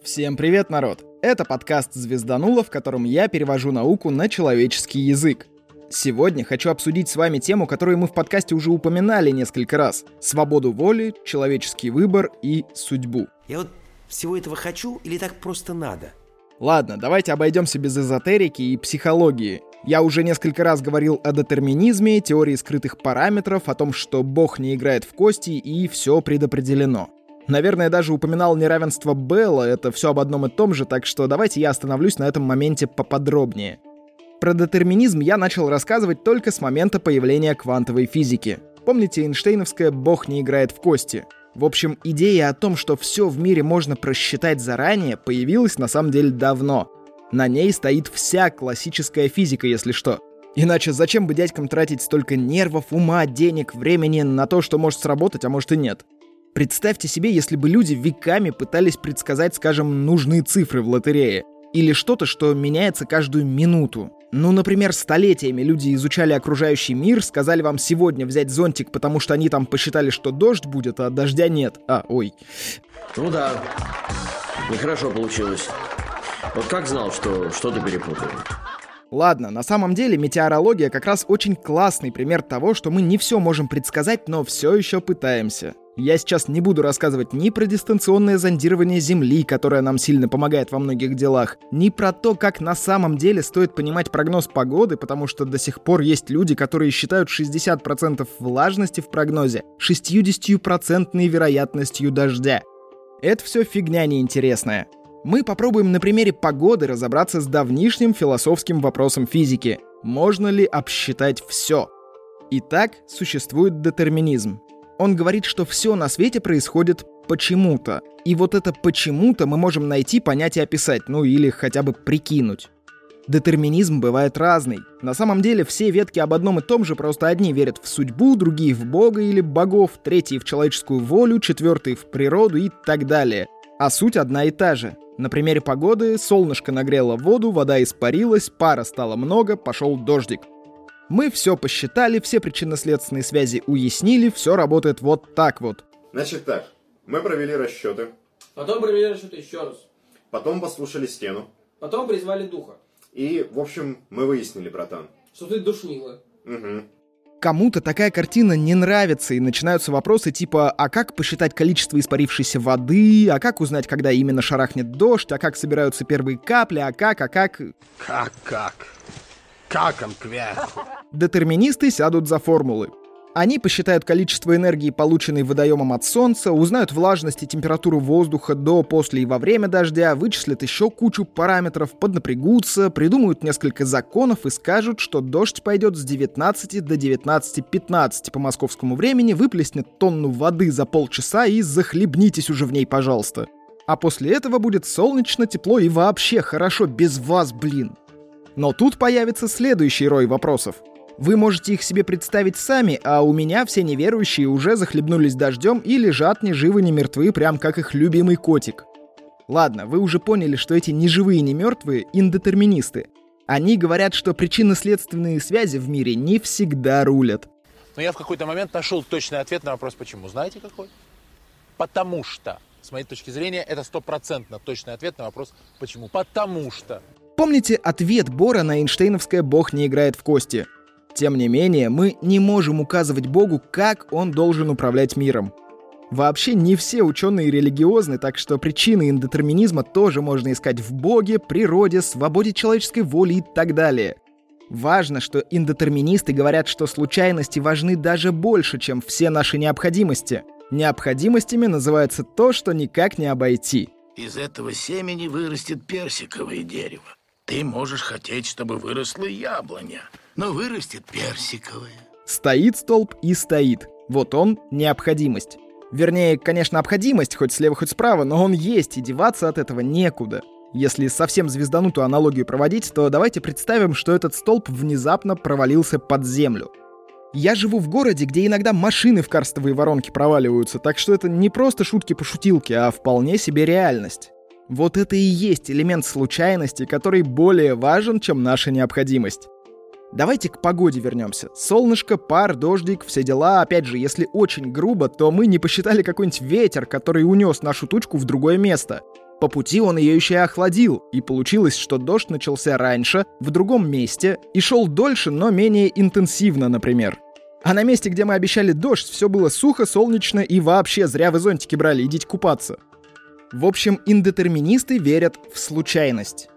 Всем привет, народ! Это подкаст «Звездануло», в котором я перевожу науку на человеческий язык. Сегодня хочу обсудить с вами тему, которую мы в подкасте уже упоминали несколько раз. Свободу воли, человеческий выбор и судьбу. Я вот всего этого хочу или так просто надо? Ладно, давайте обойдемся без эзотерики и психологии. Я уже несколько раз говорил о детерминизме, теории скрытых параметров, о том, что Бог не играет в кости и все предопределено. Наверное, даже упоминал неравенство Белла, это все об одном и том же, так что давайте я остановлюсь на этом моменте поподробнее. Про детерминизм я начал рассказывать только с момента появления квантовой физики. Помните эйнштейновское «Бог не играет в кости»? В общем, идея о том, что все в мире можно просчитать заранее, появилась на самом деле давно. На ней стоит вся классическая физика, если что. Иначе зачем бы дядькам тратить столько нервов, ума, денег, времени на то, что может сработать, а может и нет? Представьте себе, если бы люди веками пытались предсказать, скажем, нужные цифры в лотерее. Или что-то, что меняется каждую минуту. Ну, например, столетиями люди изучали окружающий мир, сказали вам сегодня взять зонтик, потому что они там посчитали, что дождь будет, а дождя нет. Ну да, нехорошо получилось. Вот как знал, что что-то перепутал? Ладно, на самом деле метеорология как раз очень классный пример того, что мы не все можем предсказать, но все еще пытаемся. Я сейчас не буду рассказывать ни про дистанционное зондирование Земли, которое нам сильно помогает во многих делах, ни про то, как на самом деле стоит понимать прогноз погоды, потому что до сих пор есть люди, которые считают 60% влажности в прогнозе 60% вероятностью дождя. Это все фигня неинтересная. Мы попробуем на примере погоды разобраться с давнишним философским вопросом физики. Можно ли обсчитать все? Итак, существует детерминизм. Он говорит, что все на свете происходит почему-то. И вот это «почему-то» мы можем найти, понять и описать, ну или хотя бы прикинуть. Детерминизм бывает разный. На самом деле все ветки об одном и том же, просто одни верят в судьбу, другие в Бога или богов, третьи в человеческую волю, четвертые в природу и так далее. А суть одна и та же. На примере погоды солнышко нагрело воду, вода испарилась, пара стало много, пошел дождик. Мы все посчитали, все причинно-следственные связи уяснили, все работает вот так вот. Значит так, мы провели расчеты. Потом провели расчеты еще раз. Потом послушали стену. Потом призвали духа. И, в общем, мы выяснили, братан. Что ты душнила. Угу. Кому-то такая картина не нравится, и начинаются вопросы типа «а как посчитать количество испарившейся воды?», «а как узнать, когда именно шарахнет дождь?», «а как собираются первые капли?», «а как?». Как он кверху? Детерминисты сядут за формулы. Они посчитают количество энергии, полученной водоемом от Солнца, узнают влажность и температуру воздуха до, после и во время дождя, вычислят еще кучу параметров, поднапрягутся, придумают несколько законов и скажут, что дождь пойдет с 19 до 19:15 по московскому времени, выплеснет тонну воды за полчаса и захлебнитесь уже в ней, пожалуйста. А после этого будет солнечно, тепло и вообще хорошо без вас, блин. Но тут появится следующий рой вопросов. Вы можете их себе представить сами, а у меня все неверующие уже захлебнулись дождем и лежат ни живы, ни мертвы, прям как их любимый котик. Ладно, вы уже поняли, что эти ни живые, ни мертвые — индетерминисты. Они говорят, что причинно-следственные связи в мире не всегда рулят. Но я в какой-то момент нашел точный ответ на вопрос «почему?». Знаете какой? Потому что. С моей точки зрения, это 100% точный ответ на вопрос «почему?». Потому что. Помните ответ Бора на эйнштейновское «Бог не играет в кости»? Тем не менее, мы не можем указывать Богу, как он должен управлять миром. Вообще не все ученые религиозны, так что причины индетерминизма тоже можно искать в Боге, природе, свободе человеческой воли и так далее. Важно, что индетерминисты говорят, что случайности важны даже больше, чем все наши необходимости. Необходимостями называется то, что никак не обойти. Из этого семени вырастет персиковое дерево. Ты можешь хотеть, чтобы выросла яблоня, но вырастет персиковое. Стоит столб и стоит. Вот он, необходимость. Вернее, конечно, необходимость, хоть слева, хоть справа, но он есть, и деваться от этого некуда. Если совсем звезданутую аналогию проводить, то давайте представим, что этот столб внезапно провалился под землю. Я живу в городе, где иногда машины в карстовые воронки проваливаются, так что это не просто шутки-пошутилки, а вполне себе реальность. Вот это и есть элемент случайности, который более важен, чем наша необходимость. Давайте к погоде вернемся. Солнышко, пар, дождик, все дела. Опять же, если очень грубо, то мы не посчитали какой-нибудь ветер, который унес нашу тучку в другое место. По пути он ее еще и охладил, и получилось, что дождь начался раньше, в другом месте, и шел дольше, но менее интенсивно, например. А на месте, где мы обещали дождь, все было сухо, солнечно и вообще зря вы зонтики брали, идите купаться. В общем, индетерминисты верят в случайность.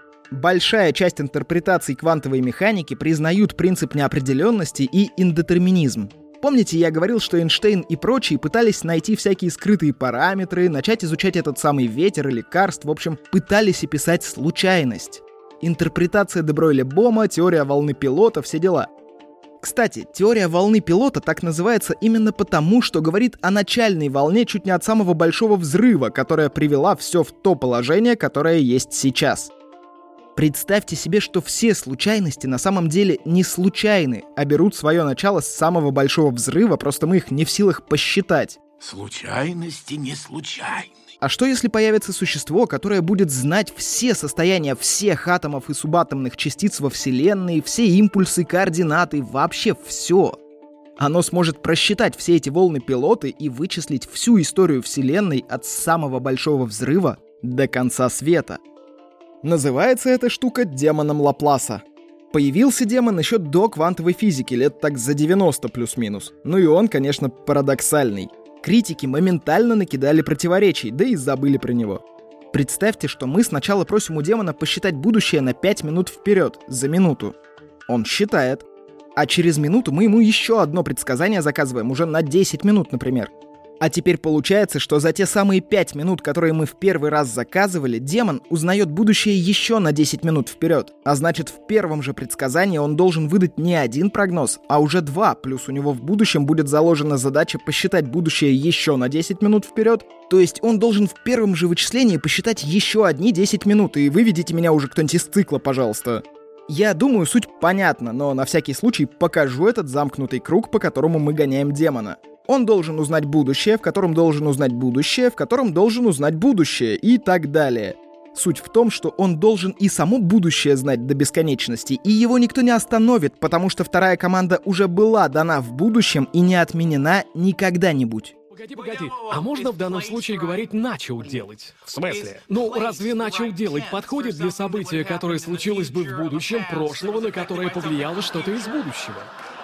Большая часть интерпретаций квантовой механики признают принцип неопределенности и индетерминизм. Помните, я говорил, что Эйнштейн и прочие пытались найти всякие скрытые параметры, начать изучать этот самый ветер или карст, в общем, пытались описать случайность. Интерпретация де Бройля-Бома, теория волны пилота, все дела. Кстати, теория волны пилота так называется именно потому, что говорит о начальной волне чуть не от самого большого взрыва, которая привела все в то положение, которое есть сейчас. Представьте себе, что все случайности на самом деле не случайны, а берут свое начало с самого большого взрыва, просто мы их не в силах посчитать. Случайности не случайны. А что если появится существо, которое будет знать все состояния всех атомов и субатомных частиц во Вселенной, все импульсы, координаты, вообще все? Оно сможет просчитать все эти волны пилоты и вычислить всю историю Вселенной от самого большого взрыва до конца света. Называется эта штука демоном Лапласа. Появился демон еще до квантовой физики, лет так за 90 плюс-минус. Ну и он, конечно, парадоксальный. Критики моментально накидали противоречий, да и забыли про него. Представьте, что мы сначала просим у демона посчитать будущее на 5 минут вперед, за минуту. Он считает. А через минуту мы ему еще одно предсказание заказываем, уже на 10 минут, например. А теперь получается, что за те самые 5 минут, которые мы в первый раз заказывали, демон узнает будущее еще на 10 минут вперед. А значит, в первом же предсказании он должен выдать не один прогноз, а уже 2, плюс у него в будущем будет заложена задача посчитать будущее еще на 10 минут вперед. То есть он должен в первом же вычислении посчитать еще одни 10 минут, и выведите меня уже кто-нибудь из цикла, пожалуйста. Я думаю, суть понятна, но на всякий случай покажу этот замкнутый круг, по которому мы гоняем демона. Он должен узнать будущее, в котором должен узнать будущее, в котором должен узнать будущее и так далее. Суть в том, что он должен и само будущее знать до бесконечности, и его никто не остановит, потому что вторая команда уже была дана в будущем и не отменена никогда-нибудь. Погоди, а можно в данном случае говорить «начал делать»? В смысле? Ну, разве «начал делать» подходит для события, которое случилось бы в будущем, прошлого, на которое повлияло что-то из будущего?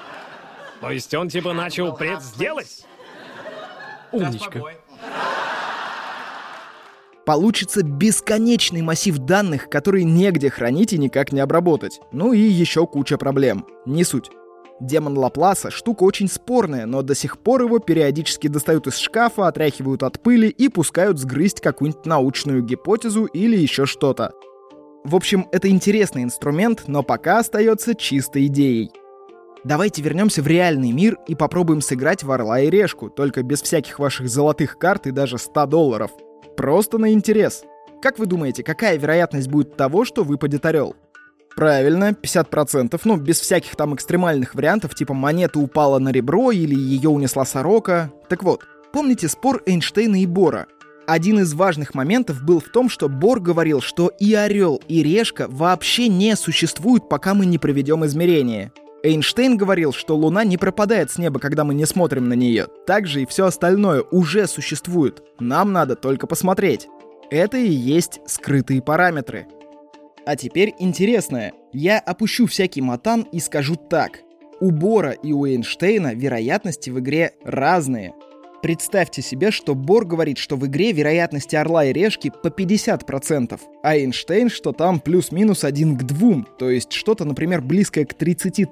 То есть он типа начал предсделать? Умничка. Получится бесконечный массив данных, который негде хранить и никак не обработать. Ну и еще куча проблем. Не суть. Демон Лапласа — штука очень спорная, но до сих пор его периодически достают из шкафа, отряхивают от пыли и пускают сгрызть какую-нибудь научную гипотезу или еще что-то. В общем, это интересный инструмент, но пока остается чистой идеей. Давайте вернемся в реальный мир и попробуем сыграть в Орла и Решку, только без всяких ваших золотых карт и даже $100. Просто на интерес. Как вы думаете, какая вероятность будет того, что выпадет орел? Правильно, 50%, ну, без всяких там экстремальных вариантов, типа монета упала на ребро или ее унесла сорока. Так вот, помните спор Эйнштейна и Бора? Один из важных моментов был в том, что Бор говорил, что и орел, и решка вообще не существуют, пока мы не проведем измерения. Эйнштейн говорил, что Луна не пропадает с неба, когда мы не смотрим на нее. Так же и все остальное уже существует. Нам надо только посмотреть. Это и есть скрытые параметры. А теперь интересное. Я опущу всякий матан и скажу так. У Бора и у Эйнштейна вероятности в игре разные. Представьте себе, что Бор говорит, что в игре вероятности орла и решки по 50%, а Эйнштейн, что там плюс-минус 1 к 2, то есть что-то, например, близкое к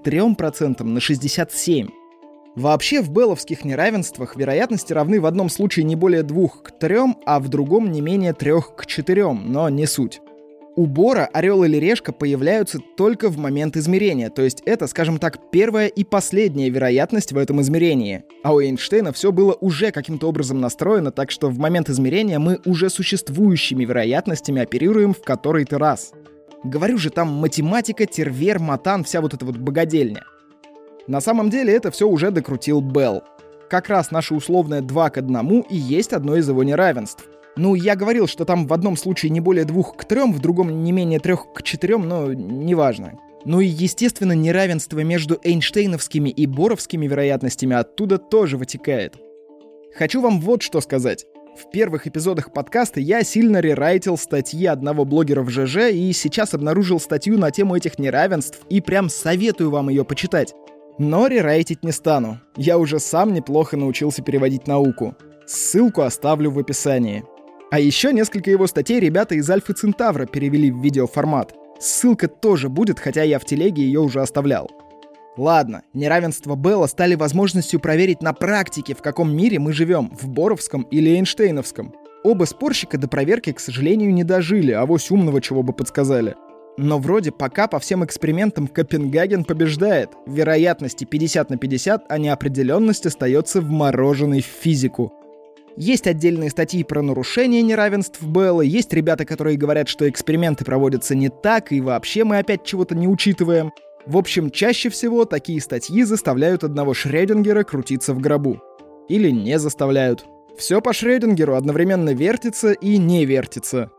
33% на 67%. Вообще в белловских неравенствах вероятности равны в одном случае не более 2 к 3, а в другом не менее 3 к 4, но не суть. У Бора орел или решка появляются только в момент измерения, то есть это, скажем так, первая и последняя вероятность в этом измерении. А у Эйнштейна все было уже каким-то образом настроено, так что в момент измерения мы уже существующими вероятностями оперируем в который-то раз. Говорю же, там математика, тервер, матан, вся вот эта вот богадельня. На самом деле это все уже докрутил Белл. Как раз наше условное 2 к 1 и есть одно из его неравенств. Ну, я говорил, что там в одном случае не более 2 к 3, в другом не менее 3 к 4, но неважно. Ну и, естественно, неравенство между эйнштейновскими и боровскими вероятностями оттуда тоже вытекает. Хочу вам вот что сказать. В первых эпизодах подкаста я сильно рерайтил статьи одного блогера в ЖЖ и сейчас обнаружил статью на тему этих неравенств и прям советую вам ее почитать. Но рерайтить не стану. Я уже сам неплохо научился переводить науку. Ссылку оставлю в описании. А еще несколько его статей ребята из Альфы Центавра перевели в видеоформат. Ссылка тоже будет, хотя я в телеге ее уже оставлял. Ладно, неравенства Белла стали возможностью проверить на практике, в каком мире мы живем, в Боровском или Эйнштейновском. Оба спорщика до проверки, к сожалению, не дожили, авось умного чего бы подсказали. Но вроде пока по всем экспериментам Копенгаген побеждает. Вероятности 50/50, а неопределенность остается вмороженной в физику. Есть отдельные статьи про нарушение неравенств Белла, есть ребята, которые говорят, что эксперименты проводятся не так, и вообще мы опять чего-то не учитываем. В общем, чаще всего такие статьи заставляют одного Шрёдингера крутиться в гробу. Или не заставляют. Все по Шрёдингеру одновременно вертится и не вертится.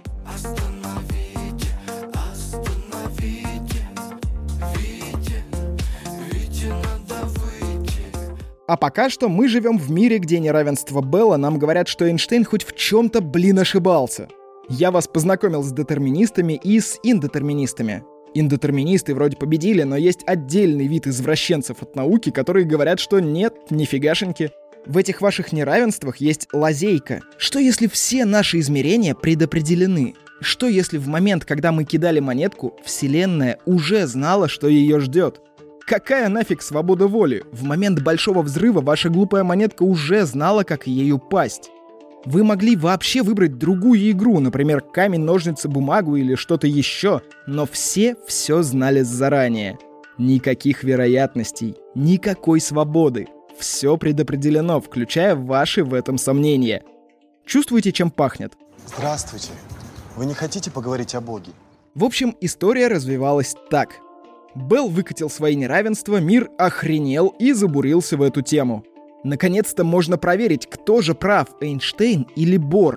А пока что мы живем в мире, где неравенство Белла нам говорят, что Эйнштейн хоть в чем-то, ошибался. Я вас познакомил с детерминистами и с индетерминистами. Индетерминисты вроде победили, но есть отдельный вид извращенцев от науки, которые говорят, что нет, нифигашеньки. В этих ваших неравенствах есть лазейка. Что если все наши измерения предопределены? Что если в момент, когда мы кидали монетку, Вселенная уже знала, что ее ждет? Какая нафиг свобода воли? В момент большого взрыва ваша глупая монетка уже знала, как ей упасть. Вы могли вообще выбрать другую игру, например, камень, ножницы, бумагу или что-то еще, но все знали заранее. Никаких вероятностей, никакой свободы. Все предопределено, включая ваши в этом сомнения. Чувствуете, чем пахнет? Здравствуйте. Вы не хотите поговорить о Боге? В общем, история развивалась так. Белл выкатил свои неравенства, мир охренел и забурился в эту тему. Наконец-то можно проверить, кто же прав, Эйнштейн или Бор.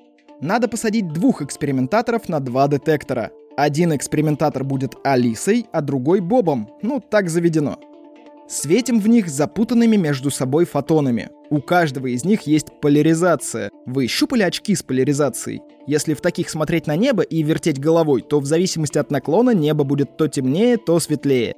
Надо посадить 2 экспериментаторов на 2 детектора. Один экспериментатор будет Алисой, а другой Бобом. Ну, так заведено. Светим в них запутанными между собой фотонами. У каждого из них есть поляризация. Вы щупали очки с поляризацией? Если в таких смотреть на небо и вертеть головой, то в зависимости от наклона небо будет то темнее, то светлее.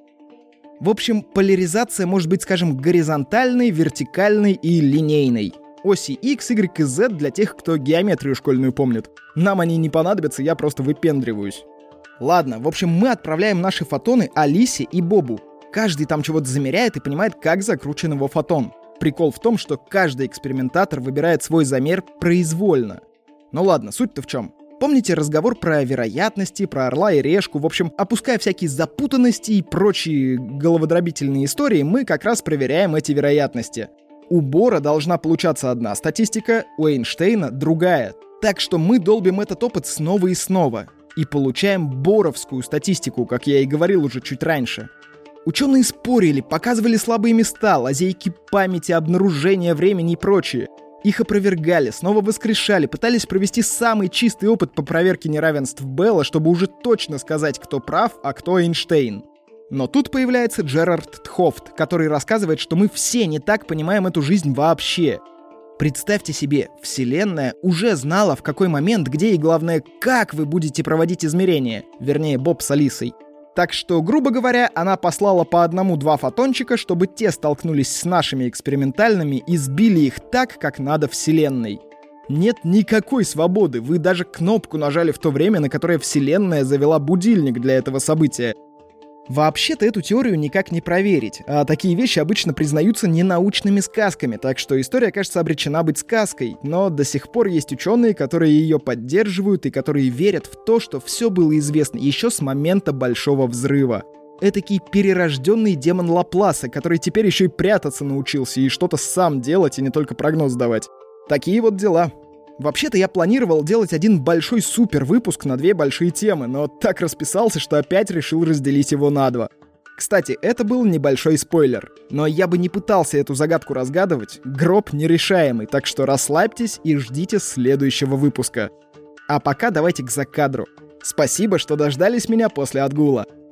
В общем, поляризация может быть, скажем, горизонтальной, вертикальной и линейной. Оси X, Y и Z для тех, кто геометрию школьную помнит. Нам они не понадобятся, я просто выпендриваюсь. Ладно, в общем, мы отправляем наши фотоны Алисе и Бобу. Каждый там чего-то замеряет и понимает, как закручен его фотон. Прикол в том, что каждый экспериментатор выбирает свой замер произвольно. Ну ладно, суть-то в чем? Помните разговор про вероятности, про орла и решку? В общем, опуская всякие запутанности и прочие головодробительные истории, мы как раз проверяем эти вероятности. У Бора должна получаться одна статистика, у Эйнштейна другая. Так что мы долбим этот опыт снова и снова. И получаем боровскую статистику, как я и говорил уже чуть раньше. Ученые спорили, показывали слабые места, лазейки памяти, обнаружения времени и прочее. Их опровергали, снова воскрешали, пытались провести самый чистый опыт по проверке неравенств Белла, чтобы уже точно сказать, кто прав, а кто Эйнштейн. Но тут появляется Джерард Тхофт, который рассказывает, что мы все не так понимаем эту жизнь вообще. Представьте себе, Вселенная уже знала, в какой момент, где и, главное, как вы будете проводить измерения. Вернее, Боб с Алисой. Так что, грубо говоря, она послала по 1-2 фотончика, чтобы те столкнулись с нашими экспериментальными и сбили их так, как надо Вселенной. Нет никакой свободы, вы даже кнопку нажали в то время, на которое Вселенная завела будильник для этого события. Вообще-то эту теорию никак не проверить, а такие вещи обычно признаются ненаучными сказками, так что история, кажется, обречена быть сказкой, но до сих пор есть ученые, которые ее поддерживают и которые верят в то, что все было известно еще с момента Большого Взрыва. Этакий перерожденный демон Лапласа, который теперь еще и прятаться научился и что-то сам делать, и не только прогноз давать. Такие вот дела. Вообще-то я планировал делать один большой супер выпуск на 2 большие темы, но так расписался, что опять решил разделить его на 2. Кстати, это был небольшой спойлер, но я бы не пытался эту загадку разгадывать, гроб нерешаемый, так что расслабьтесь и ждите следующего выпуска. А пока давайте к закадру. Спасибо, что дождались меня после отгула.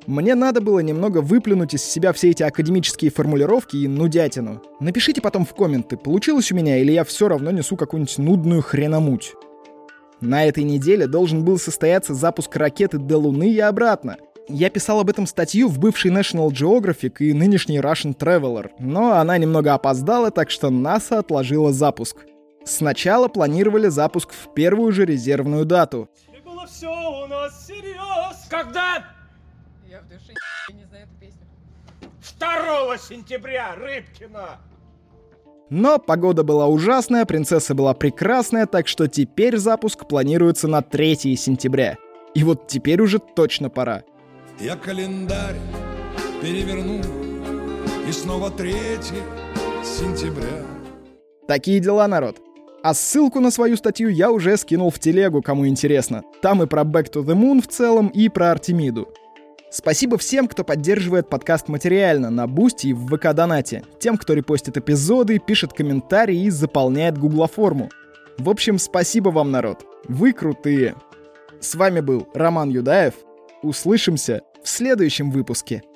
Мне надо было немного выплюнуть из себя все эти академические формулировки и нудятину. Напишите потом в комменты, получилось у меня или я все равно несу какую-нибудь нудную хреномуть. На этой неделе должен был состояться запуск ракеты до Луны и обратно. Я писал об этом статью в бывшей National Geographic и нынешней Russian Traveler, но она немного опоздала, так что НАСА отложила запуск. Сначала планировали запуск в первую же резервную дату. Было все у нас всерьез. Когда? Я в душе не знаю эту песню. 2 сентября, Рыбкина. Но погода была ужасная, принцесса была прекрасная, так что теперь запуск планируется на 3 сентября. И вот теперь уже точно пора. Я календарь переверну, и снова 3 сентября. Такие дела, народ. А ссылку на свою статью я уже скинул в телегу, кому интересно. Там и про Back to the Moon в целом, и про Артемиду. Спасибо всем, кто поддерживает подкаст материально на Бусти и в ВК-донате. Тем, кто репостит эпизоды, пишет комментарии и заполняет гуглоформу. В общем, спасибо вам, народ. Вы крутые. С вами был Роман Юдаев. Услышимся в следующем выпуске.